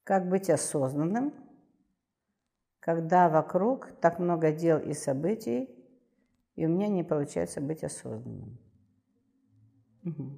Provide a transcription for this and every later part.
Как быть осознанным, когда вокруг так много дел и событий, и у меня не получается быть осознанным? Угу.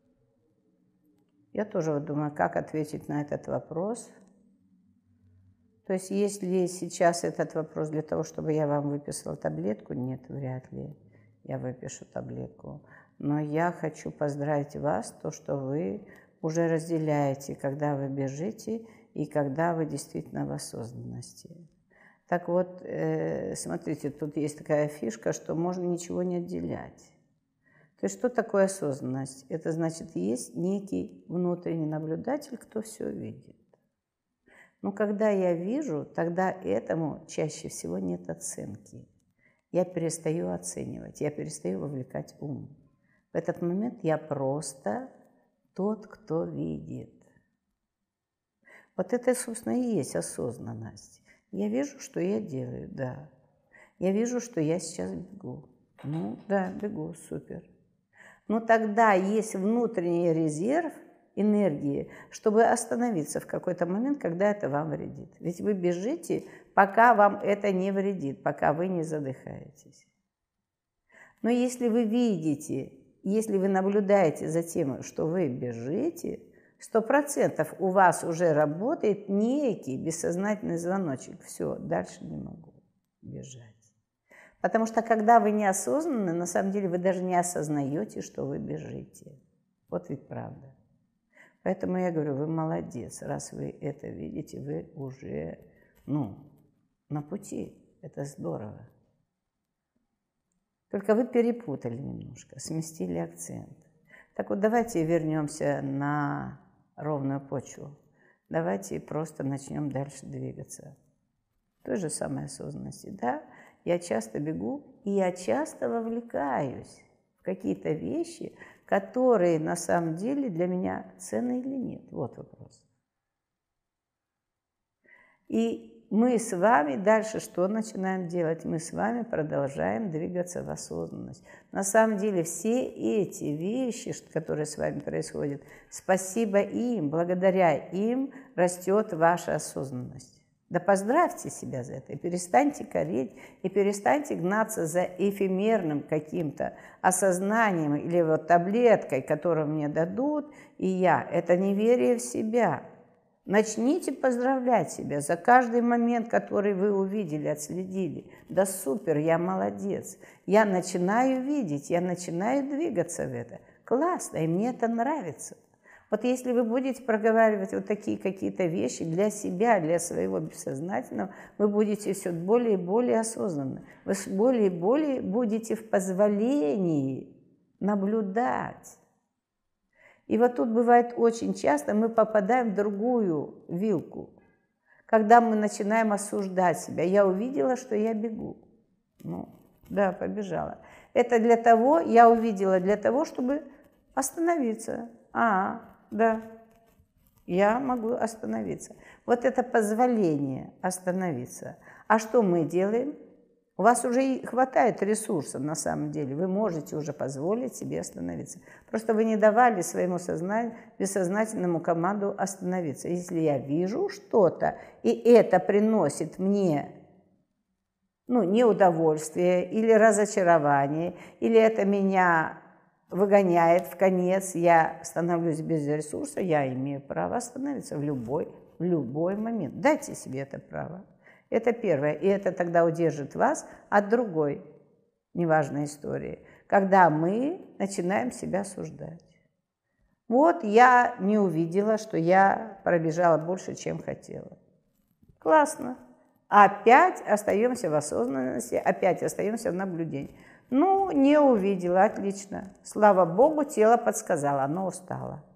Я тоже вот думаю, как ответить на этот вопрос. То есть, если сейчас этот вопрос для того, чтобы я вам выписала таблетку, нет, вряд ли я выпишу таблетку. Но я хочу поздравить вас, то, что вы уже разделяете, когда вы бежите и когда вы действительно в осознанности. Так вот, смотрите, тут есть такая фишка, что можно ничего не отделять. То есть, что такое осознанность? Это значит, есть некий внутренний наблюдатель, кто все видит. Но когда я вижу, тогда этому чаще всего нет оценки. Я перестаю оценивать, я перестаю вовлекать ум. В этот момент я просто тот, кто видит. Вот это, собственно, и есть осознанность. Я вижу, что я делаю, да. Я вижу, что я сейчас бегу. Ну, да, бегу, супер. Но тогда есть внутренний резерв энергии, чтобы остановиться в какой-то момент, когда это вам вредит. Ведь вы бежите, пока вам это не вредит, пока вы не задыхаетесь. Но если вы видите, если вы наблюдаете за тем, что вы бежите, 100% у вас уже работает некий бессознательный звоночек. Все, дальше не могу бежать. Потому что когда вы неосознанны, на самом деле вы даже не осознаете, что вы бежите. Вот ведь правда. Поэтому я говорю, вы молодец, раз вы это видите, вы уже, на пути. Это здорово. Только вы перепутали немножко, сместили акцент. Так вот, давайте вернемся на ровную почву. Давайте просто начнем дальше двигаться. Той же самой осознанности. Да, я часто бегу, и я часто вовлекаюсь в какие-то вещи, которые на самом деле для меня ценны или нет. Вот вопрос. И мы с вами дальше что начинаем делать? Мы с вами продолжаем двигаться в осознанность. На самом деле все эти вещи, которые с вами происходят, спасибо им, благодаря им растет ваша осознанность. Да поздравьте себя за это, и перестаньте кореть, и перестаньте гнаться за эфемерным каким-то осознанием или вот таблеткой, которую мне дадут, и это неверие в себя. Начните поздравлять себя за каждый момент, который вы увидели, отследили. Да супер, я молодец. Я начинаю видеть, я начинаю двигаться в это. Классно, и мне это нравится. Вот если вы будете проговаривать вот такие какие-то вещи для себя, для своего бессознательного, вы будете все более и более осознанны. Вы более и более будете в позволении наблюдать. И вот тут бывает очень часто мы попадаем в другую вилку, когда мы начинаем осуждать себя. Я увидела, что я бегу. Побежала. Это я увидела для того, чтобы остановиться. Да, я могу остановиться. Вот это позволение остановиться. А что мы делаем? У вас уже хватает ресурсов на самом деле. Вы можете уже позволить себе остановиться. Просто вы не давали своему бессознательному команду остановиться. Если я вижу что-то, и это приносит мне неудовольствие или разочарование, или это меня выгоняет в конец, я становлюсь без ресурса, я имею право остановиться в любой момент. Дайте себе это право. Это первое. И это тогда удержит вас от другой неважной истории, когда мы начинаем себя осуждать. Вот я не увидела, что я пробежала больше, чем хотела. Классно. Опять остаемся в осознанности, опять остаемся в наблюдении. Не увидела, отлично. Слава Богу, тело подсказало, оно устало.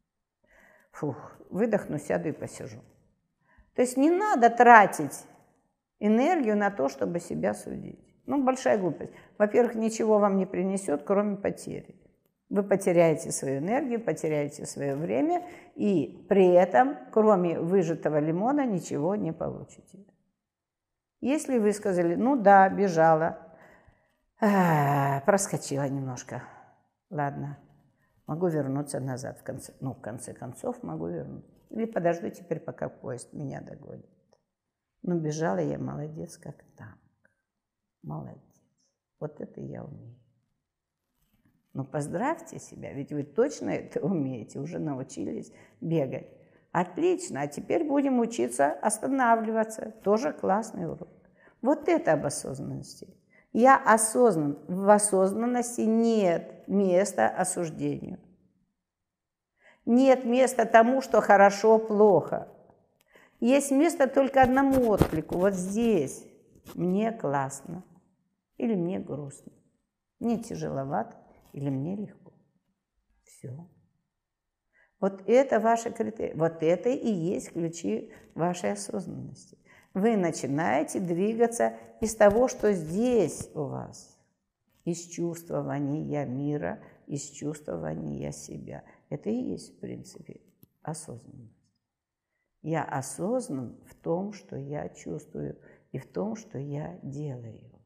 Выдохну, сяду и посижу. То есть не надо тратить энергию на то, чтобы себя судить. Большая глупость. Во-первых, ничего вам не принесет, кроме потери. Вы потеряете свою энергию, потеряете свое время, и при этом, кроме выжатого лимона, ничего не получите. Если вы сказали, бежала, проскочила немножко. Ладно, могу вернуться назад. В конце концов, могу вернуться. Или подожду теперь, пока поезд меня догонит. Но бежала я молодец, как танк. Молодец. Вот это я умею. Ну, поздравьте себя, ведь вы точно это умеете, уже научились бегать. Отлично, а теперь будем учиться останавливаться. Тоже классный урок. Вот это об осознанности. Я осознан. В осознанности нет места осуждению. Нет места тому, что хорошо, плохо. Есть место только одному отклику. Вот здесь. Мне классно. Или мне грустно. Мне тяжеловато. Или мне легко. Все. Вот это ваши критерии. Вот это и есть ключи вашей осознанности. Вы начинаете двигаться из того, что здесь у вас. Из чувствования мира, из чувствования себя. Это и есть, в принципе, осознанность. Я осознан в том, что я чувствую, и в том, что я делаю.